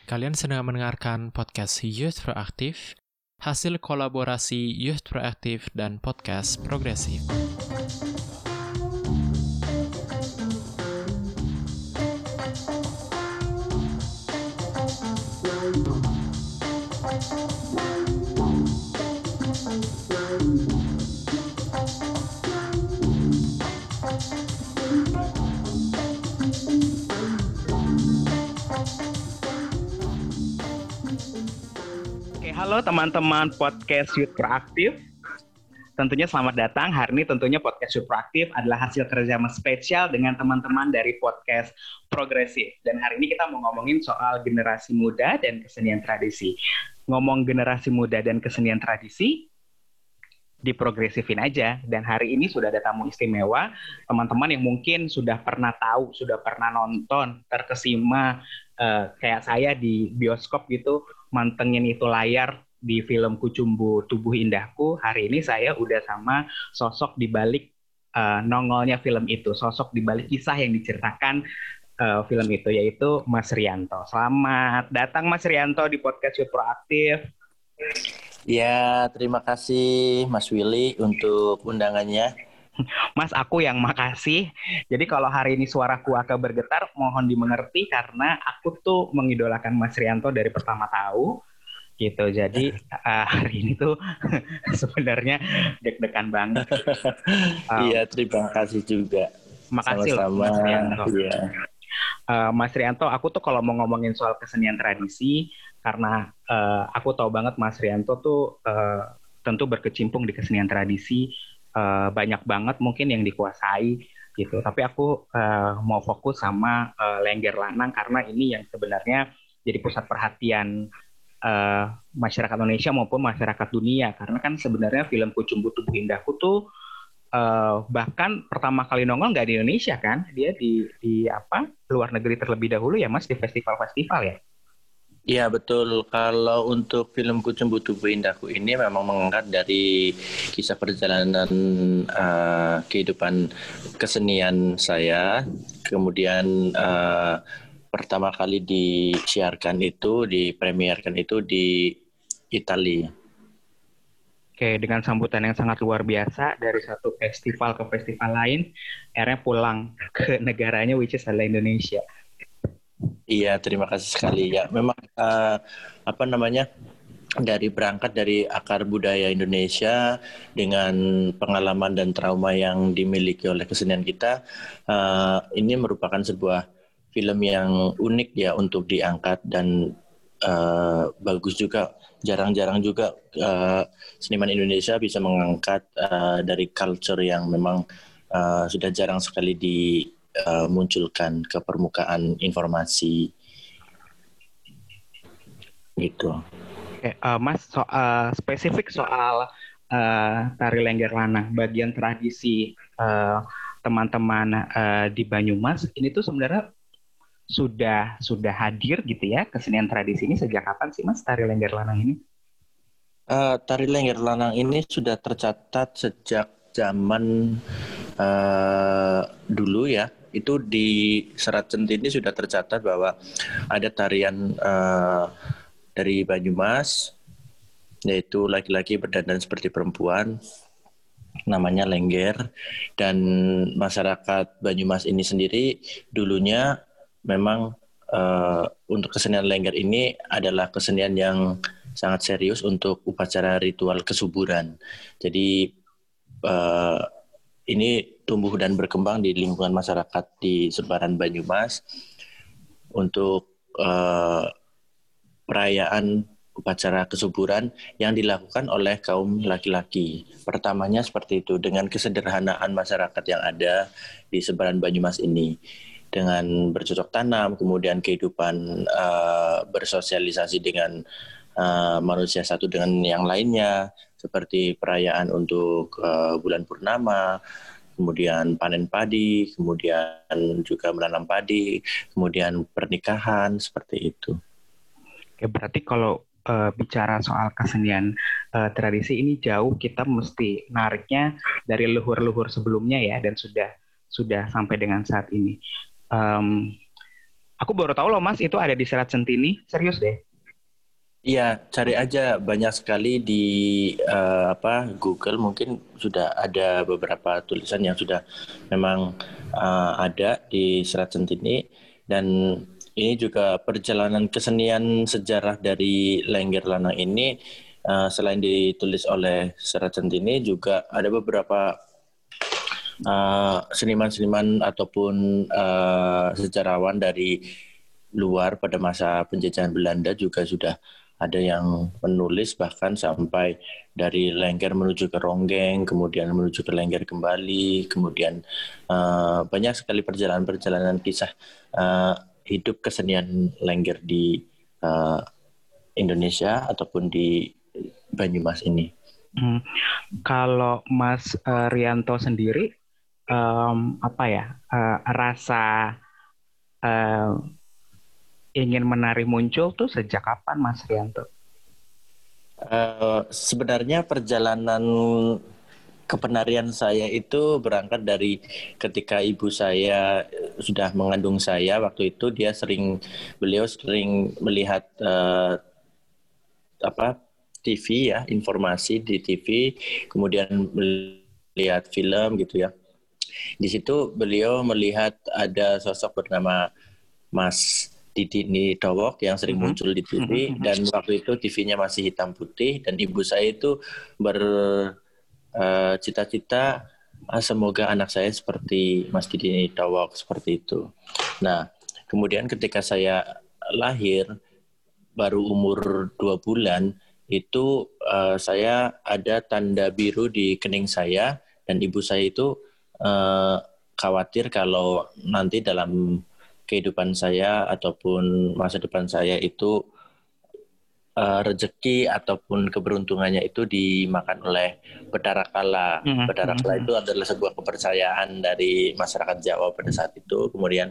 Kalian sedang mendengarkan podcast Youth Proaktif, hasil kolaborasi Youth Proaktif dan podcast Progresif. Halo teman-teman podcast Youth Proaktif. Tentunya selamat datang. Hari ini tentunya podcast Youth Proaktif adalah hasil kerjasama spesial dengan teman-teman dari podcast Progresif. Dan hari ini kita mau ngomongin soal generasi muda dan kesenian tradisi. Ngomong generasi muda dan kesenian tradisi, diprogresifin aja. Dan hari ini sudah ada tamu istimewa, teman-teman yang mungkin sudah pernah tahu, sudah pernah nonton, terkesima kayak saya di bioskop gitu, mantengin itu layar di film Kucumbu Tubuh Indahku. Hari ini saya udah sama sosok di balik nongolnya film itu, sosok di balik kisah yang diceritakan film itu, yaitu Mas Rianto. Selamat datang Mas Rianto di podcast Youth Proaktif. Ya, terima kasih Mas Willy untuk undangannya. Mas, aku yang makasih. Jadi kalau hari ini suaraku agak bergetar, mohon dimengerti karena aku tuh mengidolakan Mas Rianto dari pertama tahu, gitu. Jadi hari ini tuh sebenarnya deg-degan banget. Iya, terima kasih juga. Makasih loh, Sama-sama. Mas Rianto. Iya. Mas Rianto, aku tuh kalau mau ngomongin soal kesenian tradisi, karena aku tahu banget Mas Rianto tuh tentu berkecimpung di kesenian tradisi, banyak banget mungkin yang dikuasai gitu. Tapi aku mau fokus sama Lengger Lanang karena ini yang sebenarnya jadi pusat perhatian masyarakat Indonesia maupun masyarakat dunia. Karena kan sebenarnya film Kucumbu Tubuh Indahku tuh bahkan pertama kali nongol nggak di Indonesia kan, dia di luar negeri terlebih dahulu ya Mas, di festival-festival ya. Iya betul, kalau untuk film Kucumbu Tubuh Indahku ini memang mengangkat dari kisah perjalanan kehidupan kesenian saya. Kemudian pertama kali dipremierkan itu di Italia. Oke, dengan sambutan yang sangat luar biasa dari satu festival ke festival lain, akhirnya pulang ke negaranya which is adalah Indonesia. Iya, terima kasih sekali ya. Memang dari berangkat dari akar budaya Indonesia dengan pengalaman dan trauma yang dimiliki oleh kesenian kita, ini merupakan sebuah film yang unik ya untuk diangkat dan bagus juga. Jarang-jarang juga seniman Indonesia bisa mengangkat dari culture yang memang sudah jarang sekali dimunculkan ke permukaan informasi gitu. Oke, Mas, spesifik soal tari Lengger Lanang, bagian tradisi teman-teman di Banyumas, ini tuh sebenarnya sudah hadir gitu ya kesenian tradisi ini sejak kapan sih Mas, tari Lengger Lanang ini? Tari Lengger Lanang ini sudah tercatat sejak zaman dulu ya. Itu di Serat Centini sudah tercatat bahwa ada tarian dari Banyumas, yaitu laki-laki berdandan seperti perempuan, namanya Lengger. Dan masyarakat Banyumas ini sendiri dulunya memang untuk kesenian Lengger ini adalah kesenian yang sangat serius untuk upacara ritual kesuburan. Jadi ini tumbuh dan berkembang di lingkungan masyarakat di sebaran Banyumas untuk perayaan upacara kesuburan yang dilakukan oleh kaum laki-laki. Pertamanya seperti itu, dengan kesederhanaan masyarakat yang ada di sebaran Banyumas ini. Dengan bercocok tanam, kemudian kehidupan bersosialisasi dengan manusia satu dengan yang lainnya, seperti perayaan untuk bulan purnama, kemudian panen padi, kemudian juga menanam padi, kemudian pernikahan, seperti itu. Oke, berarti kalau bicara soal kesenian tradisi ini jauh kita mesti nariknya dari leluhur-leluhur sebelumnya ya, dan sudah sampai dengan saat ini. Aku baru tahu loh Mas, itu ada di Serat Centini. Serius deh. Iya, cari aja banyak sekali di Google mungkin sudah ada beberapa tulisan yang sudah memang ada di Serat Centini dan ini juga perjalanan kesenian sejarah dari Lengger Lanang ini selain ditulis oleh Serat Centini juga ada beberapa seniman-seniman ataupun sejarawan dari luar pada masa penjajahan Belanda juga sudah ada yang menulis bahkan sampai dari Lengger menuju ke Ronggeng, kemudian menuju ke Lengger kembali, kemudian banyak sekali perjalanan-perjalanan kisah hidup kesenian Lengger di Indonesia ataupun di Banyumas ini. Kalau Mas Rianto sendiri, rasa ingin menari muncul tuh sejak kapan Mas Rianto? Sebenarnya perjalanan kepenarian saya itu berangkat dari ketika ibu saya sudah mengandung saya. Waktu itu beliau sering melihat TV ya, informasi di TV, kemudian melihat film gitu ya. Di situ beliau melihat ada sosok bernama Mas Didi Nidowok yang sering muncul di TV dan waktu itu TV-nya masih hitam putih dan ibu saya itu bercita-cita semoga anak saya seperti Mas Didi Nidowok seperti itu. Nah, kemudian ketika saya lahir baru umur 2 bulan itu saya ada tanda biru di kening saya dan ibu saya itu khawatir kalau nanti dalam kehidupan saya ataupun masa depan saya itu rezeki ataupun keberuntungannya itu dimakan oleh Badarakala. Badarakala itu adalah sebuah kepercayaan dari masyarakat Jawa pada saat itu. Kemudian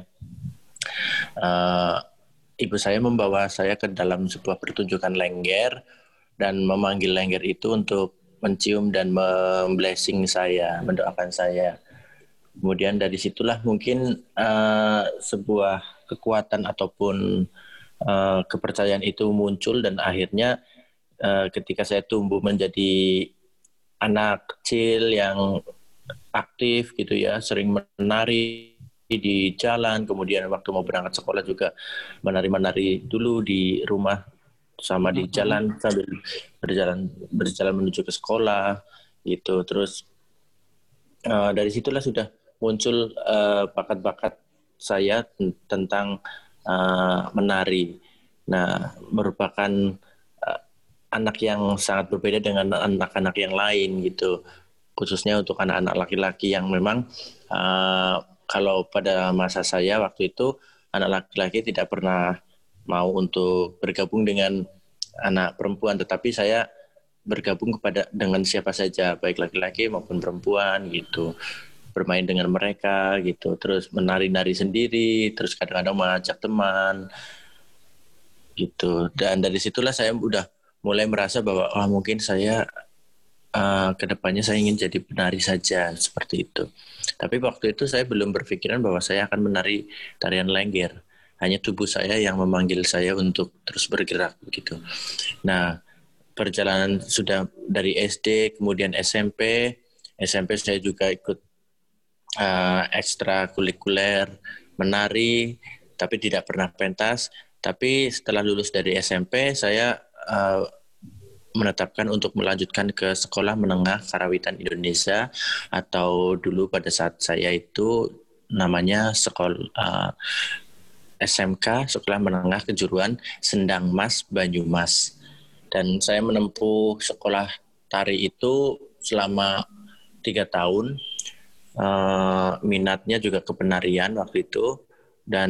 ibu saya membawa saya ke dalam sebuah pertunjukan Lengger dan memanggil Lengger itu untuk mencium dan memblessing saya, mendoakan saya. Kemudian dari situlah mungkin sebuah kekuatan ataupun kepercayaan itu muncul dan akhirnya ketika saya tumbuh menjadi anak kecil yang aktif gitu ya, sering menari di jalan, kemudian waktu mau berangkat sekolah juga menari-menari dulu di rumah sama di jalan sambil berjalan menuju ke sekolah gitu. Terus dari situlah sudah muncul bakat-bakat saya tentang menari. Nah, merupakan anak yang sangat berbeda dengan anak-anak yang lain gitu. Khususnya untuk anak-anak laki-laki yang memang kalau pada masa saya waktu itu anak laki-laki tidak pernah mau untuk bergabung dengan anak perempuan, tetapi saya bergabung dengan siapa saja, baik laki-laki maupun perempuan gitu. Bermain dengan mereka gitu, terus menari-nari sendiri, terus kadang-kadang mengajak teman gitu. Dan dari situlah saya udah mulai merasa bahwa mungkin saya kedepannya saya ingin jadi penari saja seperti itu. Tapi waktu itu saya belum berpikiran bahwa saya akan menari tarian Lengger. Hanya tubuh saya yang memanggil saya untuk terus bergerak begitu. Nah, perjalanan sudah dari SD, kemudian SMP saya juga ikut ekstrakurikuler menari, tapi tidak pernah pentas. Tapi setelah lulus dari SMP, saya menetapkan untuk melanjutkan ke Sekolah Menengah Karawitan Indonesia atau dulu pada saat saya itu namanya SMK, Sekolah Menengah Kejuruan Sendang Mas Banyumas. Dan saya menempuh sekolah tari itu selama 3 tahun. Minatnya juga ke penarian waktu itu dan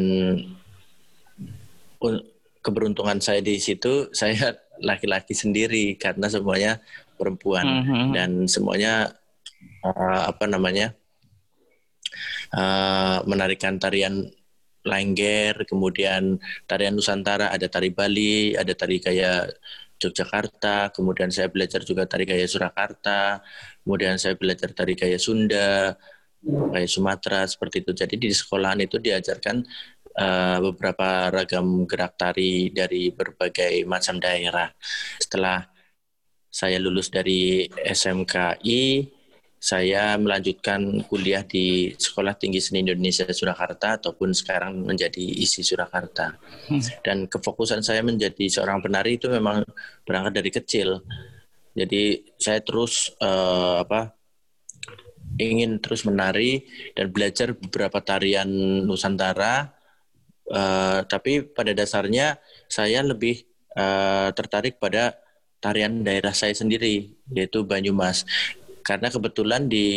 keberuntungan saya di situ saya laki-laki sendiri karena semuanya perempuan dan semuanya menarikan tarian Lengger, kemudian tarian Nusantara, ada tari Bali, ada tari gaya Yogyakarta, kemudian saya belajar juga tari gaya Surakarta, kemudian saya belajar tari gaya Sunda, gaya Sumatera, seperti itu. Jadi di sekolahan itu diajarkan beberapa ragam gerak tari dari berbagai macam daerah. Setelah saya lulus dari SMKI, saya melanjutkan kuliah di Sekolah Tinggi Seni Indonesia Surakarta ataupun sekarang menjadi ISI Surakarta. Dan kefokusan saya menjadi seorang penari itu memang berangkat dari kecil. Jadi saya terus ingin terus menari dan belajar beberapa tarian Nusantara. Tapi pada dasarnya saya lebih tertarik pada tarian daerah saya sendiri, yaitu Banyumas. Karena kebetulan di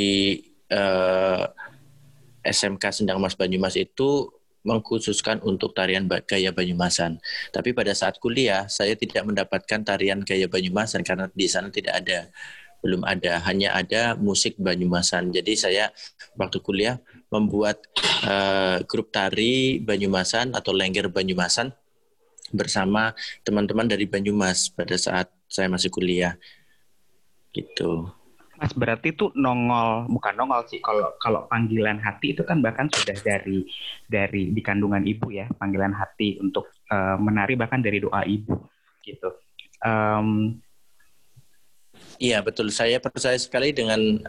SMK Sendang Mas Banyumas itu mengkhususkan untuk tarian gaya Banyumasan. Tapi pada saat kuliah, saya tidak mendapatkan tarian gaya Banyumasan karena di sana tidak ada, belum ada, hanya ada musik Banyumasan. Jadi saya waktu kuliah membuat grup tari Banyumasan atau Lengger Banyumasan bersama teman-teman dari Banyumas pada saat saya masih kuliah gitu. Mas, berarti itu bukan nongol sih, kalau panggilan hati itu kan bahkan sudah dari di kandungan ibu ya, panggilan hati untuk menari bahkan dari doa ibu gitu. Iya betul, saya percaya sekali dengan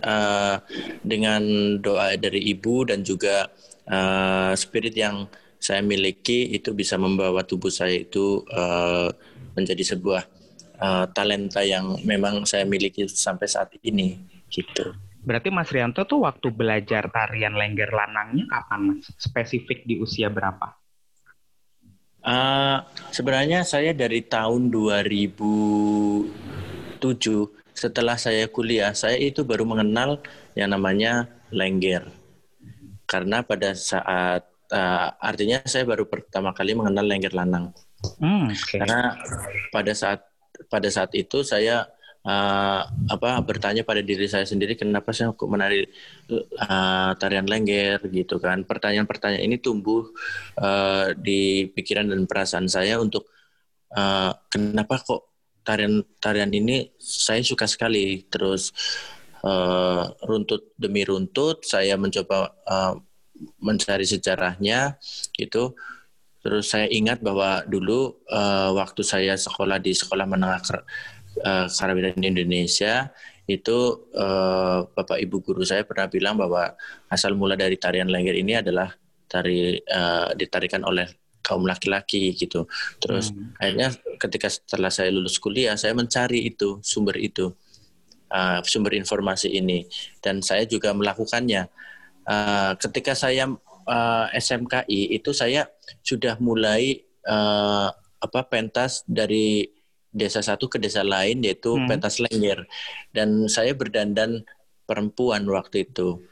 doa dari ibu dan juga spirit yang saya miliki itu bisa membawa tubuh saya itu menjadi sebuah talenta yang memang saya miliki sampai saat ini gitu. Berarti Mas Rianto tuh waktu belajar tarian Lengger Lanangnya kapan, Mas? Spesifik di usia berapa? Sebenarnya saya dari tahun 2007 setelah saya kuliah, saya itu baru mengenal yang namanya Lengger. Karena pada saat, artinya saya baru pertama kali mengenal Lengger Lanang. Okay. Karena pada saat itu saya bertanya pada diri saya sendiri, kenapa saya kok menari tarian Lengger gitu kan. Pertanyaan-pertanyaan ini tumbuh di pikiran dan perasaan saya untuk kenapa kok tarian ini saya suka sekali. Terus runtut demi runtut saya mencoba mencari sejarahnya gitu. Terus saya ingat bahwa dulu waktu saya sekolah di Sekolah Menengah Karawitan Indonesia itu Bapak Ibu guru saya pernah bilang bahwa asal mula dari tarian Lengger ini adalah ditarikan oleh kaum laki-laki gitu. Terus akhirnya setelah saya lulus kuliah, saya mencari sumber informasi ini, dan saya juga melakukannya. Ketika saya SMKI itu saya sudah mulai pentas dari desa satu ke desa lain, yaitu pentas Lengger, dan saya berdandan perempuan waktu itu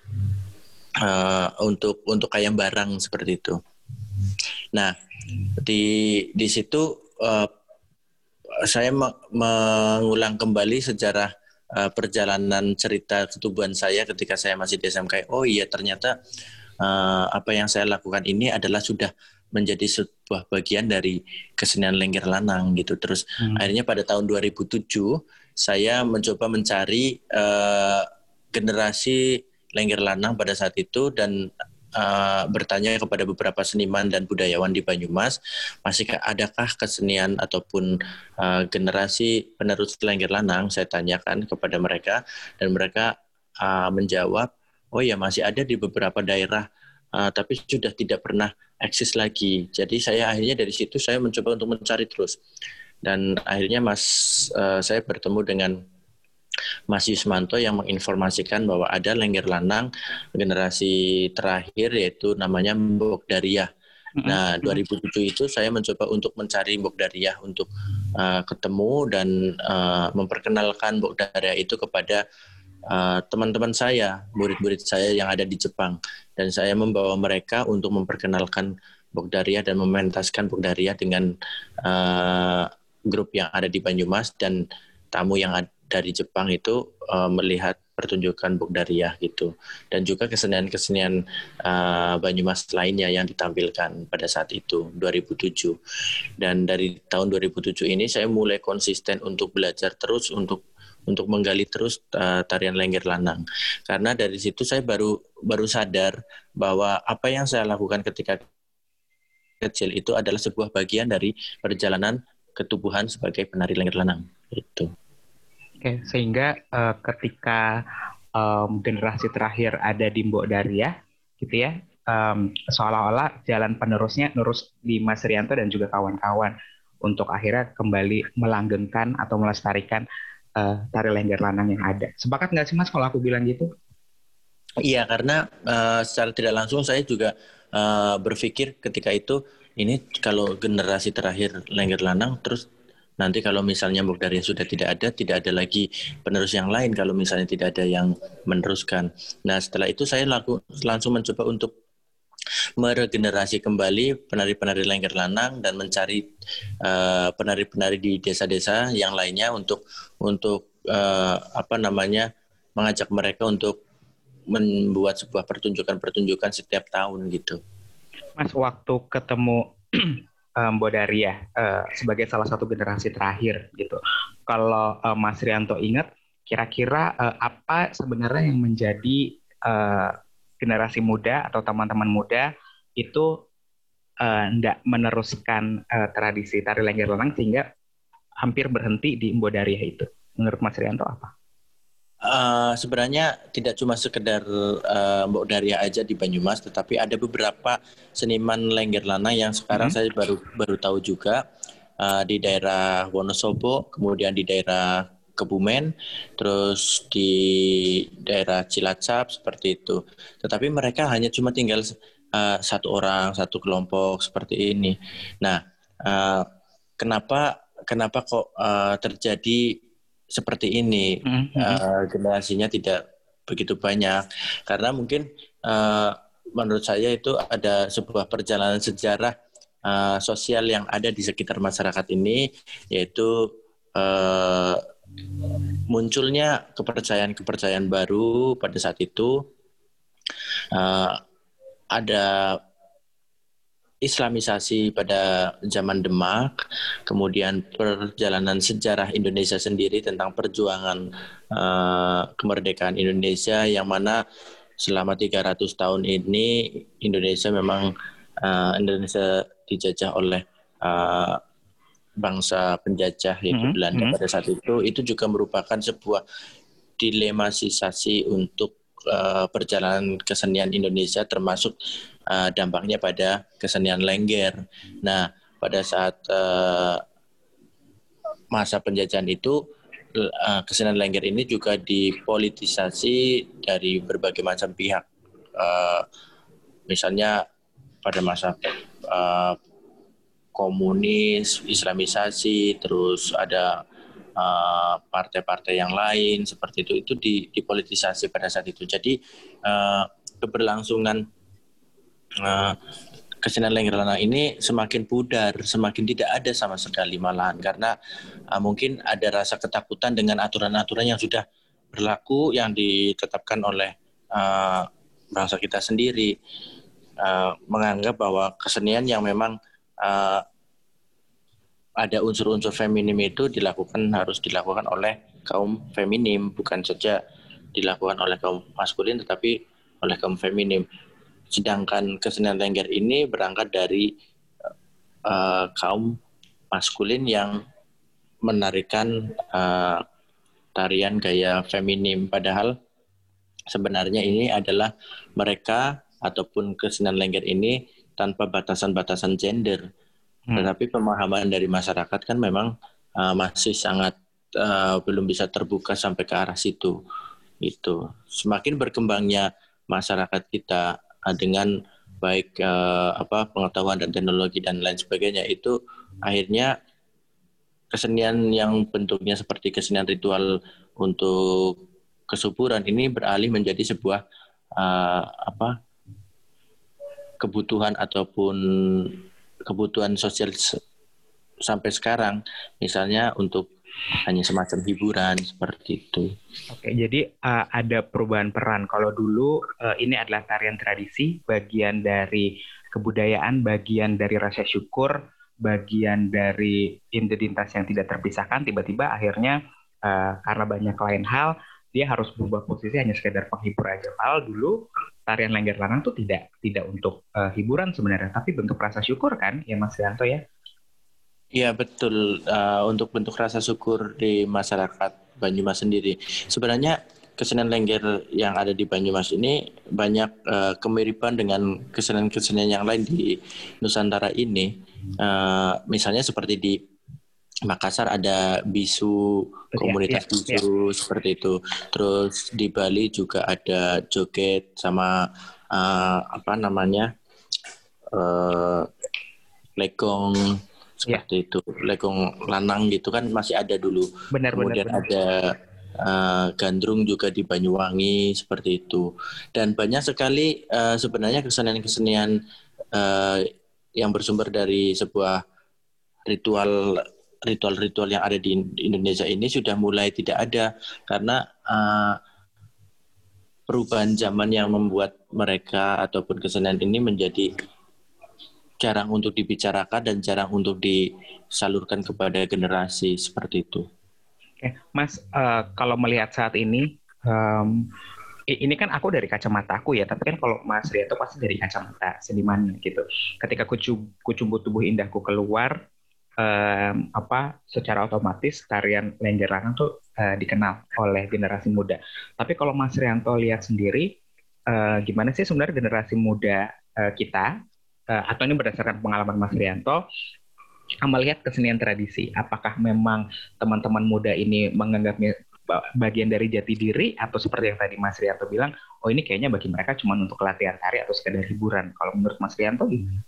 untuk ayam barang seperti itu. Nah, di situ saya mengulang kembali sejarah perjalanan cerita ketubuhan saya ketika saya masih di SMK. Oh iya, ternyata apa yang saya lakukan ini adalah sudah menjadi sebuah bagian dari kesenian Lengger Lanang gitu. Terus akhirnya pada tahun 2007 saya mencoba mencari generasi Lengger Lanang pada saat itu dan bertanya kepada beberapa seniman dan budayawan di Banyumas, masih adakah kesenian ataupun generasi penerus Lengger Lanang? Saya tanyakan kepada mereka dan mereka menjawab, oh ya masih ada di beberapa daerah, tapi sudah tidak pernah eksis lagi. Jadi saya akhirnya dari situ saya mencoba untuk mencari terus, dan akhirnya saya bertemu dengan Mas Yusmanto yang menginformasikan bahwa ada Lengger Lanang generasi terakhir, yaitu namanya Mbok Dariah. Nah, 2007 itu saya mencoba untuk mencari Mbok Dariah untuk ketemu dan memperkenalkan Mbok Dariah itu kepada teman-teman saya, murid-murid saya yang ada di Jepang. Dan saya membawa mereka untuk memperkenalkan Mbok Dariah dan mementaskan Mbok Dariah dengan grup yang ada di Banyumas, dan tamu yang dari Jepang itu melihat pertunjukan Mbok Dariah gitu, dan juga kesenian-kesenian Banyumas lainnya yang ditampilkan pada saat itu 2007. Dan dari tahun 2007 ini saya mulai konsisten untuk belajar terus, untuk menggali terus tarian Lengger Lanang, karena dari situ saya baru sadar bahwa apa yang saya lakukan ketika kecil itu adalah sebuah bagian dari perjalanan ketubuhan sebagai penari Lengger Lanang. Itu. Oke, sehingga ketika generasi terakhir ada di Mbok Daria, gitu ya, seolah-olah jalan penerusnya nurus di Mas Rianto dan juga kawan-kawan untuk akhirnya kembali melanggengkan atau melestarikan tari Lengger Lanang yang ada. Sepakat nggak sih Mas kalau aku bilang gitu? Iya, karena secara tidak langsung saya juga berpikir ketika itu, ini kalau generasi terakhir Lengger Lanang, terus nanti kalau misalnya Mbok Daria sudah tidak ada lagi penerus yang lain kalau misalnya tidak ada yang meneruskan. Nah, setelah itu saya langsung mencoba untuk meregenerasi kembali penari-penari Lengger Lanang dan mencari penari-penari di desa-desa yang lainnya untuk mengajak mereka untuk membuat sebuah pertunjukan setiap tahun gitu. Mas, waktu ketemu Mbok Daria sebagai salah satu generasi terakhir gitu. Kalau Mas Rianto ingat, kira-kira apa sebenarnya yang menjadi generasi muda atau teman-teman muda itu tidak meneruskan tradisi tari Lengger Lanang sehingga hampir berhenti di Mbok Daria itu? Menurut Mas Rianto apa? Sebenarnya tidak cuma sekedar Mbok Daria aja di Banyumas, tetapi ada beberapa seniman Lengger Lanang yang sekarang saya baru tahu juga di daerah Wonosobo, kemudian di daerah Kebumen, terus di daerah Cilacap seperti itu. Tetapi mereka hanya cuma tinggal satu orang, satu kelompok seperti ini. Nah, kenapa kok terjadi seperti ini? Generasinya tidak begitu banyak karena mungkin menurut saya itu ada sebuah perjalanan sejarah sosial yang ada di sekitar masyarakat ini, yaitu munculnya kepercayaan baru pada saat itu. Ada Islamisasi pada zaman Demak, kemudian perjalanan sejarah Indonesia sendiri tentang perjuangan kemerdekaan Indonesia, yang mana selama 300 tahun ini Indonesia memang Indonesia dijajah oleh bangsa penjajah yaitu Belanda pada saat itu juga merupakan sebuah dilematisasi untuk perjalanan kesenian Indonesia, termasuk dampaknya pada kesenian Lengger. Nah, pada saat masa penjajahan itu, kesenian Lengger ini juga dipolitisasi dari berbagai macam pihak. Misalnya pada masa komunis, Islamisasi, terus ada partai-partai yang lain seperti itu dipolitisasi pada saat itu. Jadi keberlangsungan kesenian Lengger Lanang ini semakin pudar, semakin tidak ada sama sekali malahan, karena mungkin ada rasa ketakutan dengan aturan-aturan yang sudah berlaku yang ditetapkan oleh bangsa kita sendiri, menganggap bahwa kesenian yang memang ada unsur-unsur feminim itu harus dilakukan oleh kaum feminim, bukan saja dilakukan oleh kaum maskulin tetapi oleh kaum feminim. Sedangkan kesenian Lengger ini berangkat dari kaum maskulin yang menarikan tarian gaya feminim, padahal sebenarnya ini adalah mereka ataupun kesenian Lengger ini tanpa batasan-batasan gender. Tetapi pemahaman dari masyarakat kan memang masih sangat belum bisa terbuka sampai ke arah situ. Itu semakin berkembangnya masyarakat kita dengan baik pengetahuan dan teknologi dan lain sebagainya, itu akhirnya kesenian yang bentuknya seperti kesenian ritual untuk kesuburan ini beralih menjadi sebuah kebutuhan ataupun kebutuhan sosial sampai sekarang, misalnya untuk hanya semacam hiburan seperti itu. Oke, jadi ada perubahan peran. Kalau dulu ini adalah tarian tradisi, bagian dari kebudayaan, bagian dari rasa syukur, bagian dari identitas yang tidak terpisahkan. Tiba-tiba akhirnya karena banyak lain hal, dia harus berubah posisi hanya sekedar penghibur aja. Padahal dulu tarian Lengger Lanang tuh tidak untuk hiburan sebenarnya, tapi bentuk rasa syukur kan, ya Mas Rianto ya? Iya betul. Untuk bentuk rasa syukur di masyarakat Banyumas sendiri. Sebenarnya kesenian Lengger yang ada di Banyumas ini banyak kemiripan dengan kesenian-kesenian yang lain di Nusantara ini. Misalnya seperti di Makassar ada bisu, komunitas bisu seperti itu. Terus di Bali juga ada joget sama legong seperti itu, legong lanang gitu kan masih ada dulu. Kemudian ada gandrung juga di Banyuwangi seperti itu. Dan banyak sekali sebenarnya kesenian-kesenian yang bersumber dari sebuah ritual yang ada di Indonesia ini sudah mulai tidak ada karena perubahan zaman yang membuat mereka ataupun kesenian ini menjadi jarang untuk dibicarakan dan jarang untuk disalurkan kepada generasi seperti itu. Oke, Mas, kalau melihat saat ini kan aku dari kacamata aku ya, tapi kan kalau Mas Rianto pasti dari kacamata seniman gitu. Ketika Kucumbu Tubuh Indahku keluar, secara otomatis tarian Lengger Lanang tuh dikenal oleh generasi muda. Tapi kalau Mas Rianto lihat sendiri, gimana sih sebenarnya generasi muda kita, atau ini berdasarkan pengalaman Mas Rianto, melihat kesenian tradisi, apakah memang teman-teman muda ini menganggapnya bagian dari jati diri, atau seperti yang tadi Mas Rianto bilang, oh ini kayaknya bagi mereka cuma untuk latihan tari atau sekedar hiburan. Kalau menurut Mas Rianto gimana?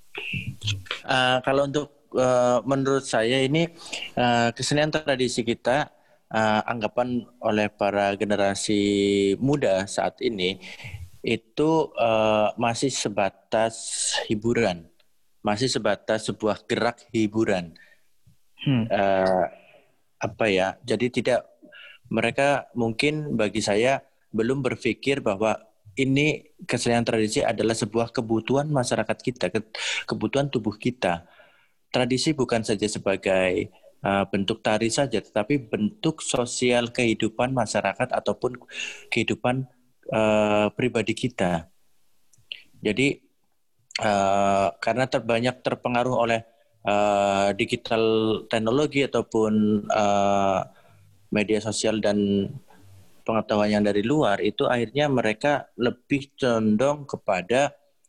Kalau menurut saya ini kesenian tradisi kita anggapan oleh para generasi muda saat ini itu masih sebatas hiburan, masih sebatas sebuah gerak hiburan. Jadi tidak, mereka mungkin bagi saya belum berpikir bahwa ini kesenian tradisi adalah sebuah kebutuhan masyarakat kita, kebutuhan tubuh kita. Tradisi bukan saja sebagai bentuk tari saja, tetapi bentuk sosial kehidupan masyarakat ataupun kehidupan pribadi kita. Jadi karena banyak terpengaruh oleh digital teknologi ataupun media sosial dan pengetahuan yang dari luar, itu akhirnya mereka lebih condong kepada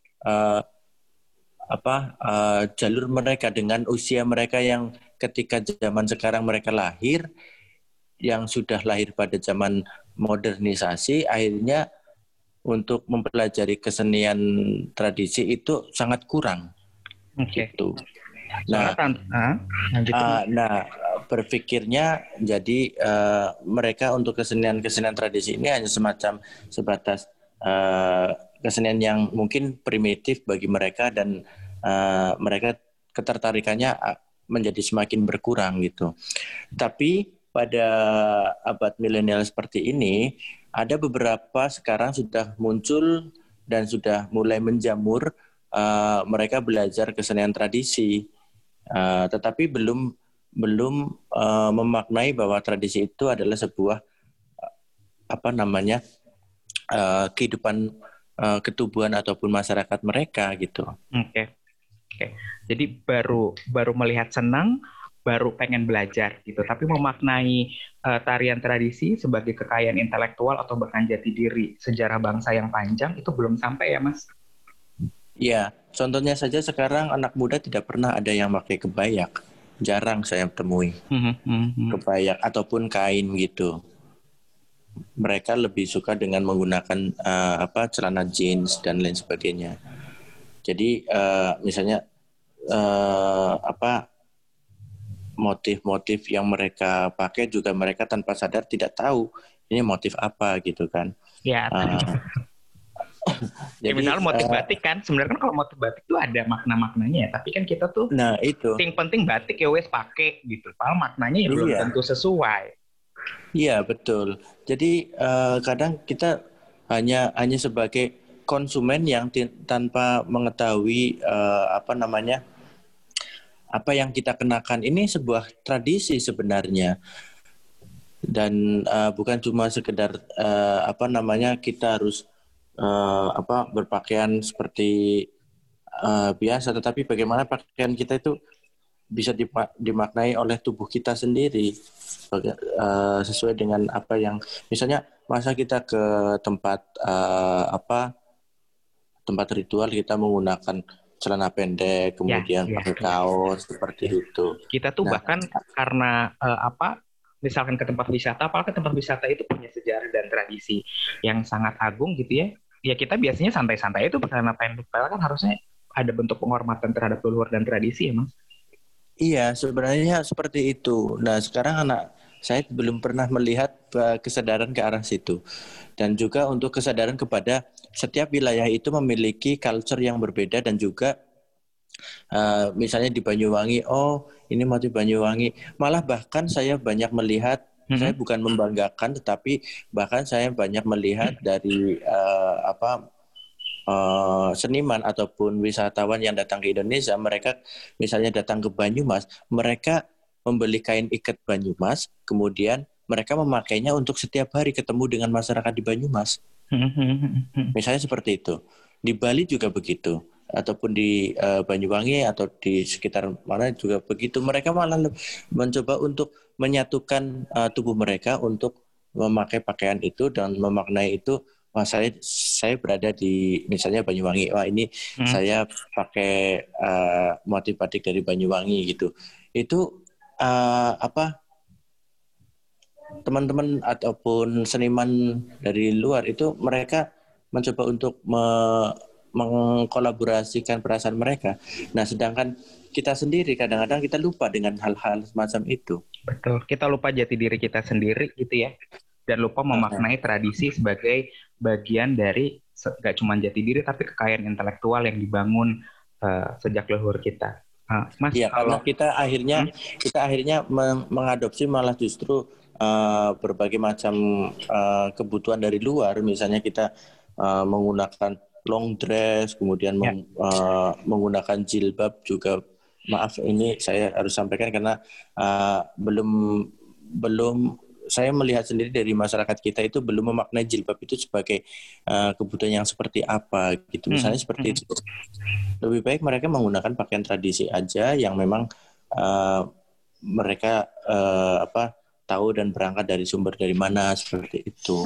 jalur mereka dengan usia mereka yang ketika zaman sekarang mereka lahir, yang sudah lahir pada zaman modernisasi, akhirnya untuk mempelajari kesenian tradisi itu sangat kurang. Gitu. Berpikirnya jadi mereka untuk kesenian tradisi ini hanya sebatas kesenian yang mungkin primitif bagi mereka, dan mereka ketertarikannya menjadi semakin berkurang gitu. Tapi pada abad milenial seperti ini, ada beberapa sekarang sudah muncul dan sudah mulai menjamur, mereka belajar kesenian tradisi, tetapi belum memaknai bahwa tradisi itu adalah sebuah kehidupan ketubuhan ataupun masyarakat mereka gitu. Oke. Jadi baru melihat senang, baru pengen belajar gitu, tapi memaknai tarian tradisi sebagai kekayaan intelektual atau bahkan jati diri sejarah bangsa yang panjang itu belum sampai ya Mas? Iya, contohnya saja sekarang anak muda tidak pernah ada yang pakai kebayak, jarang saya temui kebayak ataupun kain gitu. Mereka lebih suka dengan menggunakan celana jeans dan lain sebagainya. Jadi misalnya motif-motif yang mereka pakai juga mereka tanpa sadar tidak tahu ini motif apa gitu kan. Ya. Jadi misalnya motif batik kan, sebenarnya kan kalau motif batik tuh ada makna-maknanya ya, tapi kan kita tuh penting batik ya wes pakai gitu, padahal maknanya ya belum tentu sesuai. Iya betul. Jadi kadang kita hanya sebagai konsumen yang tanpa mengetahui apa yang kita kenakan ini sebuah tradisi sebenarnya. dan bukan cuma sekedar kita harus berpakaian seperti biasa, tetapi bagaimana pakaian kita itu bisa dimaknai oleh tubuh kita sendiri sesuai dengan apa yang misalnya masa kita ke tempat tempat ritual kita menggunakan celana pendek kemudian pakai kaos seperti itu. Kita tuh bahkan karena misalkan ke tempat wisata, apalagi tempat wisata itu punya sejarah dan tradisi yang sangat agung gitu ya. Ya kita biasanya santai-santai itu pakai celana pendek, kan harusnya ada bentuk penghormatan terhadap leluhur dan tradisi ya Mas. Iya, sebenarnya seperti itu. Nah, sekarang anak saya belum pernah melihat kesadaran ke arah situ. Dan juga untuk kesadaran kepada setiap wilayah itu memiliki culture yang berbeda dan juga misalnya di Banyuwangi, ini motif Banyuwangi. Malah bahkan saya banyak melihat, saya bukan membanggakan, tetapi bahkan saya banyak melihat dari seniman ataupun wisatawan yang datang ke Indonesia, mereka misalnya datang ke Banyumas, mereka membeli kain ikat Banyumas, kemudian mereka memakainya untuk setiap hari ketemu dengan masyarakat di Banyumas. Misalnya seperti itu. Di Bali juga begitu, ataupun di Banyuwangi atau di sekitar mana juga begitu. Mereka malah mencoba untuk menyatukan tubuh mereka untuk memakai pakaian itu dan memaknai itu. Wah, saya berada di misalnya Banyuwangi. Wah, ini saya pakai motif batik dari Banyuwangi gitu. Itu teman-teman ataupun seniman dari luar itu mereka mencoba untuk mengkolaborasikan perasaan mereka. Nah, sedangkan kita sendiri kadang-kadang kita lupa dengan hal-hal semacam itu. Betul. Kita lupa jati diri kita sendiri gitu ya. Dan lupa memaknai tradisi sebagai bagian dari gak cuma jati diri tapi kekayaan intelektual yang dibangun sejak leluhur kita. Mas, ya, karena kita akhirnya mengadopsi malah justru berbagai macam kebutuhan dari luar. Misalnya kita menggunakan long dress, kemudian menggunakan jilbab juga. Maaf, ini saya harus sampaikan karena belum saya melihat sendiri dari masyarakat kita itu belum memaknai jilbab itu sebagai kebutuhan yang seperti apa gitu. Misalnya seperti itu. Lebih baik mereka menggunakan pakaian tradisi aja yang memang mereka tahu dan berangkat dari sumber dari mana seperti itu.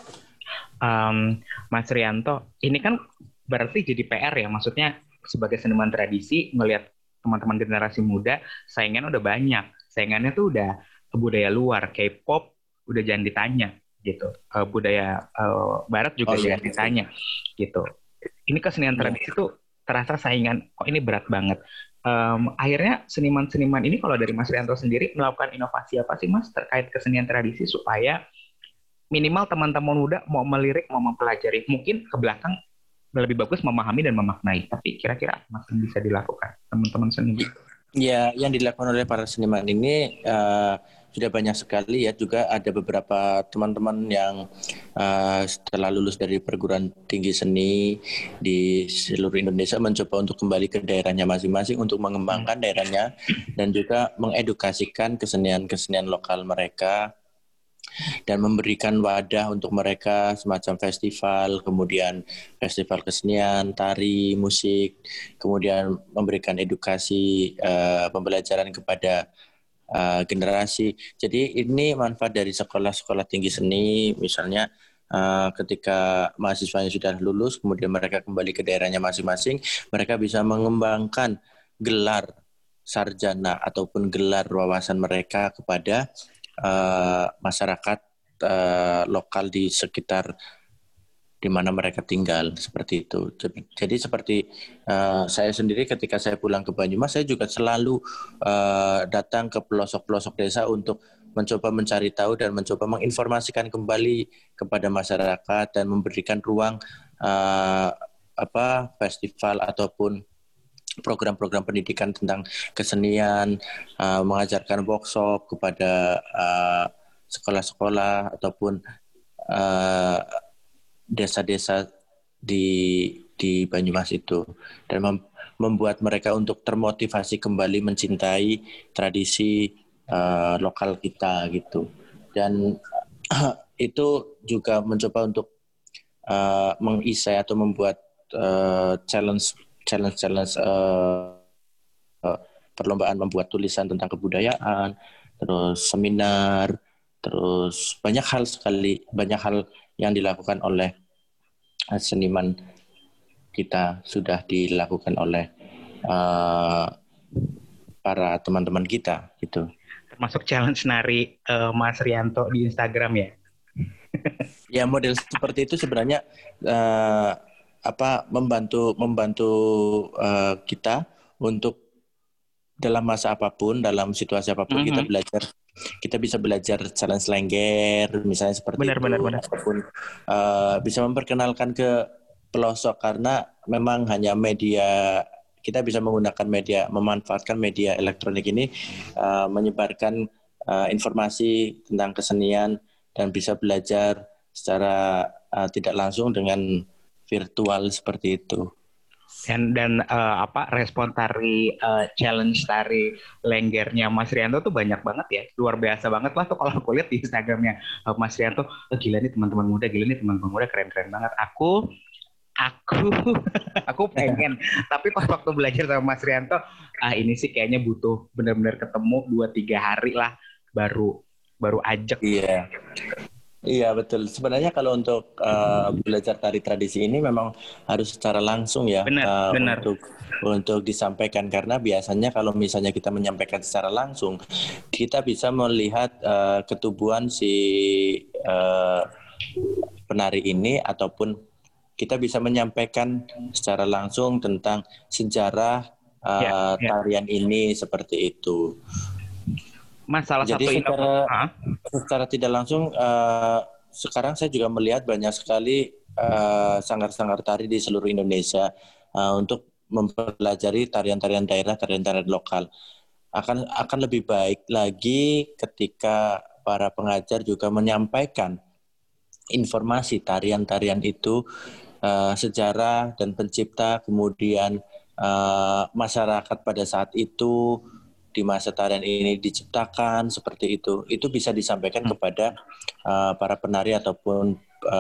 Mas Rianto, ini kan berarti jadi PR ya, maksudnya sebagai seniman tradisi ngelihat teman-teman generasi muda saingannya udah banyak, saingannya tuh udah budaya luar, K-pop udah jangan ditanya gitu, budaya barat juga jangan ditanya gitu. Ini kesenian tradisi tuh terasa saingan, kok ini berat banget. Akhirnya seniman-seniman ini kalau dari Mas Rianto sendiri melakukan inovasi apa sih Mas terkait kesenian tradisi supaya minimal teman-teman muda mau melirik, mau mempelajari, mungkin ke belakang lebih bagus memahami dan memaknai. Tapi kira-kira Mas yang bisa dilakukan teman-teman seniman? Ya, yang dilakukan oleh para seniman ini sudah banyak sekali ya. Juga ada beberapa teman-teman yang setelah lulus dari perguruan tinggi seni di seluruh Indonesia mencoba untuk kembali ke daerahnya masing-masing untuk mengembangkan daerahnya dan juga mengedukasikan kesenian-kesenian lokal mereka dan memberikan wadah untuk mereka semacam festival, kemudian festival kesenian, tari, musik, kemudian memberikan edukasi, pembelajaran kepada generasi. Jadi ini manfaat dari sekolah-sekolah tinggi seni, misalnya ketika mahasiswanya sudah lulus, kemudian mereka kembali ke daerahnya masing-masing, mereka bisa mengembangkan gelar sarjana ataupun gelar wawasan mereka kepada masyarakat lokal di sekitar di mana mereka tinggal, seperti itu. Jadi seperti saya sendiri ketika saya pulang ke Banyumas, saya juga selalu datang ke pelosok-pelosok desa untuk mencoba mencari tahu dan mencoba menginformasikan kembali kepada masyarakat dan memberikan ruang festival ataupun program-program pendidikan tentang kesenian, mengajarkan workshop kepada sekolah-sekolah ataupun desa-desa di Banyumas itu, dan membuat mereka untuk termotivasi kembali mencintai tradisi lokal kita gitu. Dan itu juga mencoba untuk mengisai atau membuat challenge perlombaan membuat tulisan tentang kebudayaan, terus seminar, terus banyak hal yang dilakukan oleh seniman kita, sudah dilakukan oleh para teman-teman kita gitu. Termasuk challenge nari Mas Rianto di Instagram ya. Ya, model seperti itu sebenarnya membantu kita untuk dalam masa apapun, dalam situasi apapun kita bisa belajar challenge Lengger misalnya seperti benar. ataupun bisa memperkenalkan ke pelosok, karena memang hanya kita bisa memanfaatkan media elektronik ini menyebarkan informasi tentang kesenian dan bisa belajar secara tidak langsung dengan virtual seperti itu. Dan respon tari challenge tari Lenggernya Mas Rianto tuh banyak banget ya, luar biasa banget lah tuh kalau aku lihat di Instagramnya Mas Rianto. Gila nih teman-teman muda, keren-keren banget. Aku pengen, tapi pas waktu belajar sama Mas Rianto, ini sih kayaknya butuh benar-benar ketemu 2-3 hari lah baru ajak. Iya betul. Sebenarnya kalau untuk belajar tari tradisi ini memang harus secara langsung ya. Benar. Untuk disampaikan, karena biasanya kalau misalnya kita menyampaikan secara langsung, kita bisa melihat ketubuhan si penari ini, ataupun kita bisa menyampaikan secara langsung tentang sejarah tarian ini seperti itu. Mas, Jadi secara tidak langsung sekarang saya juga melihat banyak sekali sanggar-sanggar tari di seluruh Indonesia untuk mempelajari tarian-tarian daerah, tarian-tarian lokal. Akan lebih baik lagi ketika para pengajar juga menyampaikan informasi tarian-tarian itu, sejarah dan pencipta, kemudian masyarakat pada saat itu, di masa tarian ini diciptakan seperti itu bisa disampaikan kepada para penari ataupun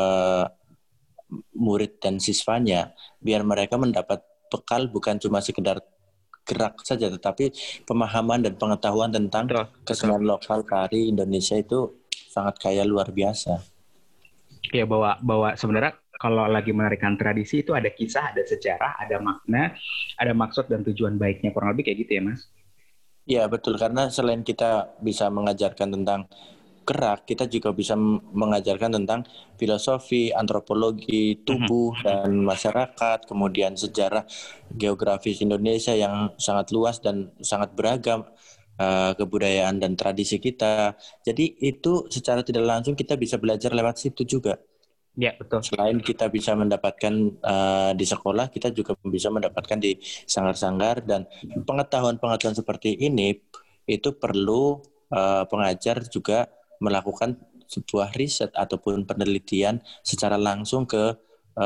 murid dan siswanya, biar mereka mendapat bekal bukan cuma sekedar gerak saja, tetapi pemahaman dan pengetahuan tentang kesenian lokal tari Indonesia itu sangat kaya, luar biasa. Ya, bahwa sebenarnya kalau lagi menarikan tradisi itu ada kisah, ada sejarah, ada makna, ada maksud dan tujuan baiknya, kurang lebih kayak gitu ya Mas? Ya betul, karena selain kita bisa mengajarkan tentang gerak, kita juga bisa mengajarkan tentang filosofi, antropologi, tubuh dan masyarakat, kemudian sejarah geografis Indonesia yang sangat luas dan sangat beragam, kebudayaan dan tradisi kita. Jadi itu secara tidak langsung kita bisa belajar lewat situ juga. Ya betul. Selain kita bisa mendapatkan di sekolah, kita juga bisa mendapatkan di sanggar-sanggar, dan pengetahuan seperti ini itu perlu pengajar juga melakukan sebuah riset ataupun penelitian secara langsung ke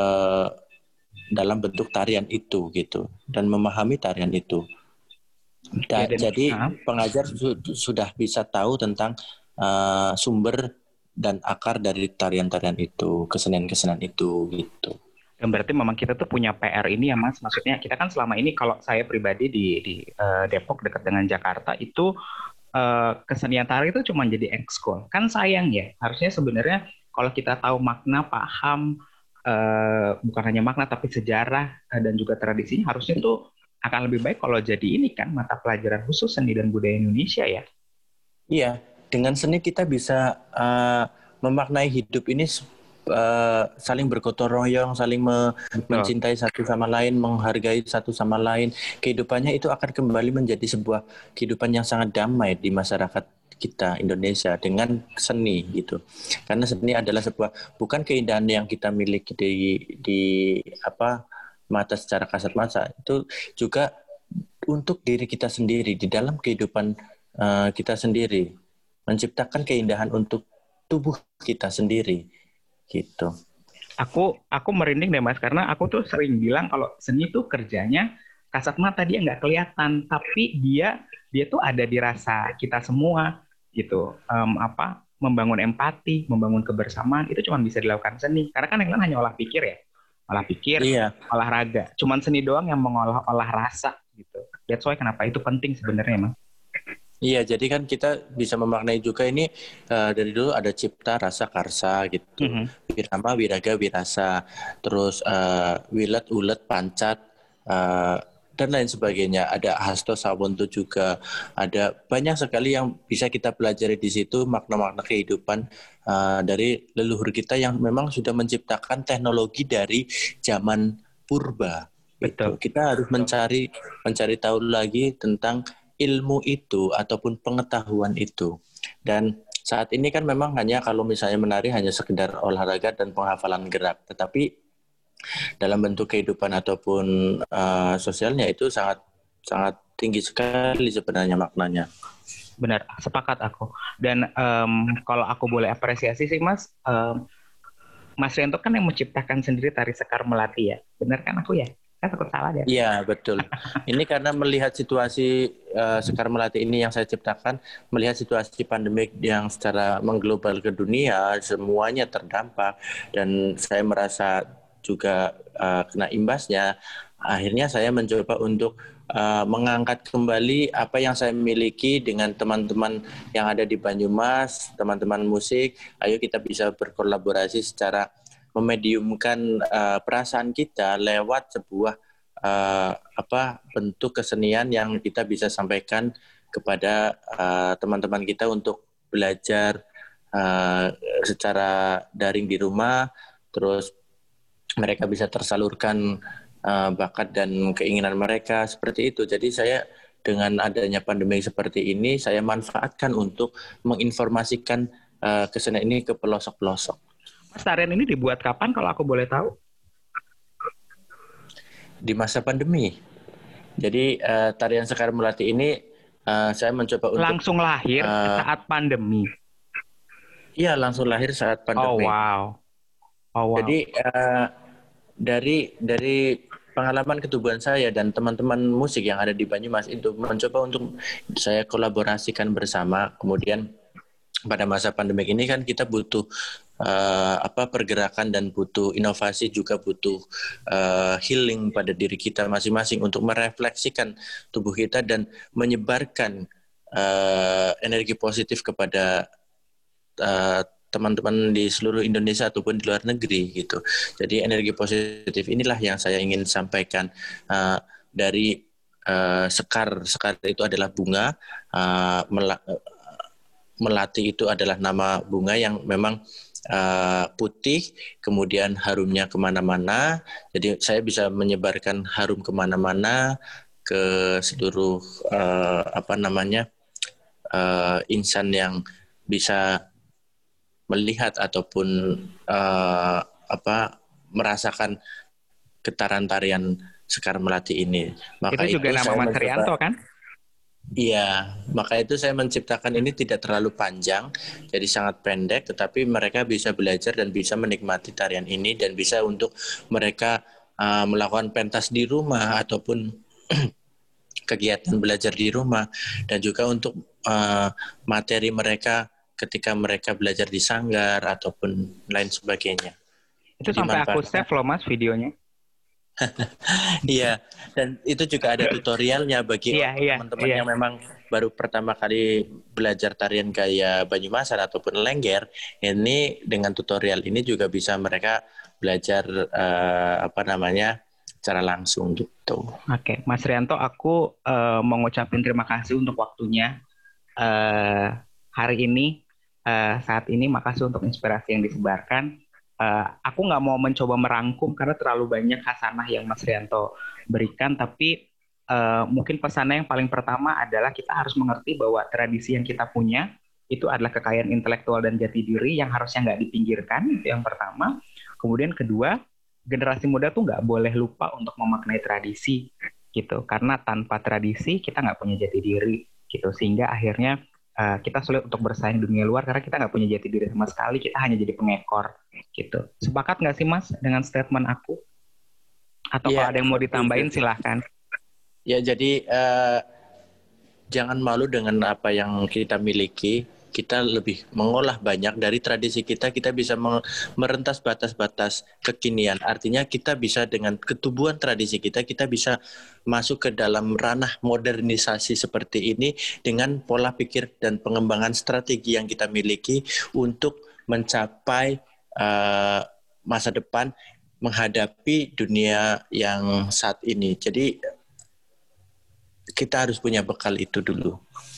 dalam bentuk tarian itu gitu, dan memahami tarian itu. Jadi pengajar sudah bisa tahu tentang sumber dan akar dari tarian-tarian itu, kesenian-kesenian itu gitu. Dan berarti memang kita tuh punya PR ini ya Mas, maksudnya kita kan selama ini, kalau saya pribadi di Depok dekat dengan Jakarta itu kesenian tari itu cuma jadi ekskul. Kan sayang ya, harusnya sebenarnya kalau kita tahu makna, paham bukan hanya makna tapi sejarah dan juga tradisinya, harusnya tuh akan lebih baik kalau jadi ini kan mata pelajaran khusus seni dan budaya Indonesia ya. Iya. Dengan seni kita bisa memaknai hidup ini, saling bergotong royong, saling mencintai satu sama lain, menghargai satu sama lain. Kehidupannya itu akan kembali menjadi sebuah kehidupan yang sangat damai di masyarakat kita Indonesia dengan seni gitu. Karena seni adalah sebuah, bukan keindahan yang kita miliki di mata secara kasat mata, itu juga untuk diri kita sendiri, di dalam kehidupan kita sendiri, menciptakan keindahan untuk tubuh kita sendiri gitu. Aku merinding deh Mas, karena aku tuh sering bilang kalau seni tuh kerjanya kasat mata, dia nggak kelihatan, tapi dia tuh ada di rasa kita semua gitu. membangun empati, membangun kebersamaan itu cuma bisa dilakukan seni. Karena kan yang lain hanya olah pikir ya, olah pikir, Iya. olahraga. Cuman seni doang yang mengolah rasa gitu. That's why kenapa itu penting sebenarnya, Mas. Iya, jadi kan kita bisa memaknai juga ini dari dulu ada cipta, rasa, karsa gitu. Wirama, wiraga, wirasa. Terus wilet, ulet, pancat, dan lain sebagainya. Ada hasto, sawonto juga. Ada banyak sekali yang bisa kita pelajari di situ, makna-makna kehidupan dari leluhur kita yang memang sudah menciptakan teknologi dari zaman purba. Betul. Gitu. Kita harus mencari tahu lagi tentang ilmu itu ataupun pengetahuan itu. Dan saat ini kan memang hanya kalau misalnya menari hanya sekedar olahraga dan penghafalan gerak, tetapi dalam bentuk kehidupan ataupun sosialnya itu sangat sangat tinggi sekali sebenarnya maknanya. Benar, sepakat aku. Dan kalau aku boleh apresiasi sih Mas, Mas Rianto kan yang menciptakan sendiri tari Sekar Melati ya. Benar kan aku ya? Kan takut salah ya. Iya, betul. Ini karena melihat situasi Sekar Melati ini yang saya ciptakan, melihat situasi pandemik yang secara mengglobal ke dunia, semuanya terdampak, dan saya merasa juga kena imbasnya. Akhirnya saya mencoba untuk mengangkat kembali apa yang saya miliki dengan teman-teman yang ada di Banyumas, teman-teman musik. Ayo kita bisa berkolaborasi secara memediumkan perasaan kita lewat sebuah bentuk kesenian yang kita bisa sampaikan kepada teman-teman kita untuk belajar secara daring di rumah, terus mereka bisa tersalurkan bakat dan keinginan mereka seperti itu. Jadi saya dengan adanya pandemi seperti ini, saya manfaatkan untuk menginformasikan kesenian ini ke pelosok-pelosok. Mas, tarian ini dibuat kapan kalau aku boleh tahu? Di masa pandemi. Jadi tarian Sekar Melati ini saya mencoba untuk langsung lahir saat pandemi. Iya, langsung lahir saat pandemi. Oh wow. Jadi dari pengalaman ketubuhan saya dan teman-teman musik yang ada di Banyumas itu mencoba untuk saya kolaborasikan bersama. Kemudian pada masa pandemi ini kan kita butuh pergerakan dan butuh inovasi, juga butuh healing pada diri kita masing-masing untuk merefleksikan tubuh kita dan menyebarkan energi positif kepada teman-teman di seluruh Indonesia ataupun di luar negeri gitu. Jadi energi positif inilah yang saya ingin sampaikan dari sekar. Sekar itu adalah bunga, melati itu adalah nama bunga yang memang putih, kemudian harumnya kemana-mana. Jadi saya bisa menyebarkan harum kemana-mana ke seluruh insan yang bisa melihat ataupun merasakan getaran tarian Sekar Melati ini. Maka itu juga nama Mas Rianto kan? Iya, maka itu saya menciptakan ini tidak terlalu panjang, jadi sangat pendek, tetapi mereka bisa belajar dan bisa menikmati tarian ini dan bisa untuk mereka melakukan pentas di rumah ataupun kegiatan belajar di rumah, dan juga untuk materi mereka ketika mereka belajar di sanggar ataupun lain sebagainya. Itu jadi sampai aku save loh Mas videonya. Iya, dan itu juga ada tutorialnya bagi teman-teman yang memang baru pertama kali belajar tarian gaya Banyumasan ataupun Lengger. Ini dengan tutorial ini juga bisa mereka belajar secara langsung gitu. Oke, Mas Rianto, aku mau ngucapin terima kasih untuk waktunya hari ini, saat ini. Makasih untuk inspirasi yang disebarkan. Aku nggak mau mencoba merangkum karena terlalu banyak khasanah yang Mas Rianto berikan, tapi mungkin pesannya yang paling pertama adalah kita harus mengerti bahwa tradisi yang kita punya itu adalah kekayaan intelektual dan jati diri yang harusnya nggak dipinggirkan, itu yang pertama. Kemudian kedua, generasi muda tuh nggak boleh lupa untuk memaknai tradisi gitu, karena tanpa tradisi kita nggak punya jati diri gitu, sehingga akhirnya kita sulit untuk bersaing di dunia luar karena kita nggak punya jati diri sama sekali, kita hanya jadi pengekor gitu. Sepakat nggak sih Mas dengan statement aku? Atau kalau ada yang mau ditambahin silahkan. Ya, jadi jangan malu dengan apa yang kita miliki, kita lebih mengolah banyak dari tradisi kita bisa merentas batas-batas kekinian. Artinya kita bisa dengan ketubuhan tradisi kita bisa masuk ke dalam ranah modernisasi seperti ini dengan pola pikir dan pengembangan strategi yang kita miliki untuk mencapai masa depan menghadapi dunia yang saat ini. Jadi kita harus punya bekal itu dulu.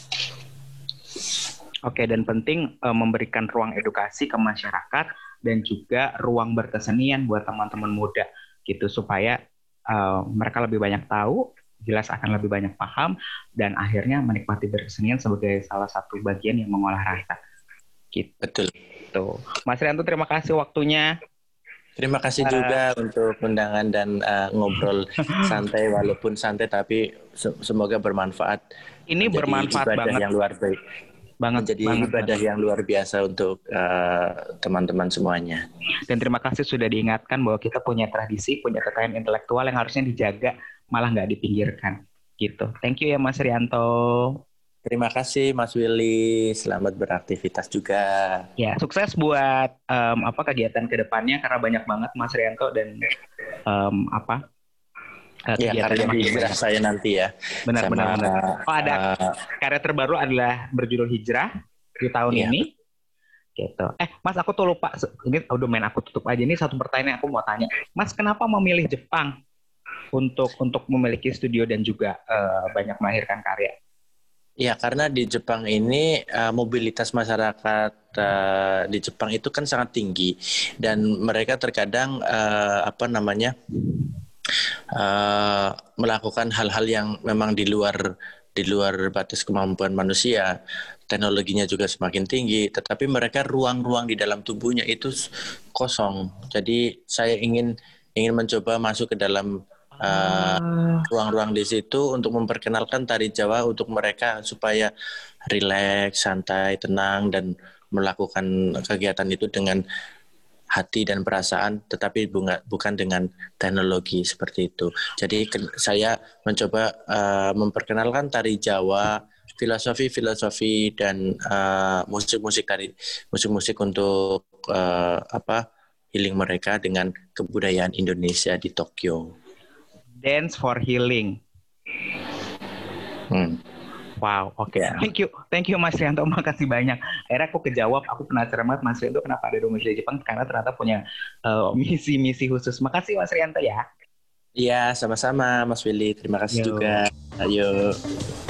Oke, dan penting memberikan ruang edukasi ke masyarakat dan juga ruang berkesenian buat teman-teman muda gitu supaya mereka lebih banyak tahu, jelas akan lebih banyak paham dan akhirnya menikmati berkesenian sebagai salah satu bagian yang mengolah rasa. Gitu. Betul. Tuh. Mas Rianto, terima kasih waktunya. Terima kasih juga untuk undangan dan ngobrol santai, walaupun santai tapi semoga bermanfaat. Ini bermanfaat banget. Yang luar biasa. Menjadi ibadah yang luar biasa untuk teman-teman semuanya. Dan terima kasih sudah diingatkan bahwa kita punya tradisi, punya kekayaan intelektual yang harusnya dijaga, malah nggak dipinggirkan. Gitu. Thank you ya Mas Rianto. Terima kasih Mas Willy, selamat beraktivitas juga. Ya, sukses buat kegiatan kedepannya karena banyak banget Mas Rianto dan karya hijrah saya nanti ya. Benar. Oh, ada karya terbaru adalah berjudul Hijrah di tahun ini. Gitu. Mas, aku tuh lupa. Ini udah main aku tutup aja. Ini satu pertanyaan yang aku mau tanya. Mas, kenapa memilih Jepang untuk memiliki studio dan juga banyak melahirkan karya? Ya, karena di Jepang ini mobilitas masyarakat di Jepang itu kan sangat tinggi dan mereka terkadang melakukan hal-hal yang memang di luar batas kemampuan manusia. Teknologinya juga semakin tinggi, tetapi mereka ruang-ruang di dalam tubuhnya itu kosong. Jadi saya ingin mencoba masuk ke dalam ruang-ruang di situ untuk memperkenalkan tari Jawa untuk mereka supaya rileks, santai, tenang dan melakukan kegiatan itu dengan hati dan perasaan, tetapi bukan dengan teknologi seperti itu. Jadi saya mencoba memperkenalkan tari Jawa, filosofi dan musik-musik untuk healing mereka dengan kebudayaan Indonesia di Tokyo. Dance for healing. Wow, oke. Yeah. Thank you Mas Rianto, makasih banyak. Akhirnya aku kejawab, aku penasaran banget Mas Rianto kenapa ada domisili Jepang, karena ternyata punya misi-misi khusus. Makasih Mas Rianto ya. Iya, sama-sama Mas Willy. Terima kasih juga. Ayo.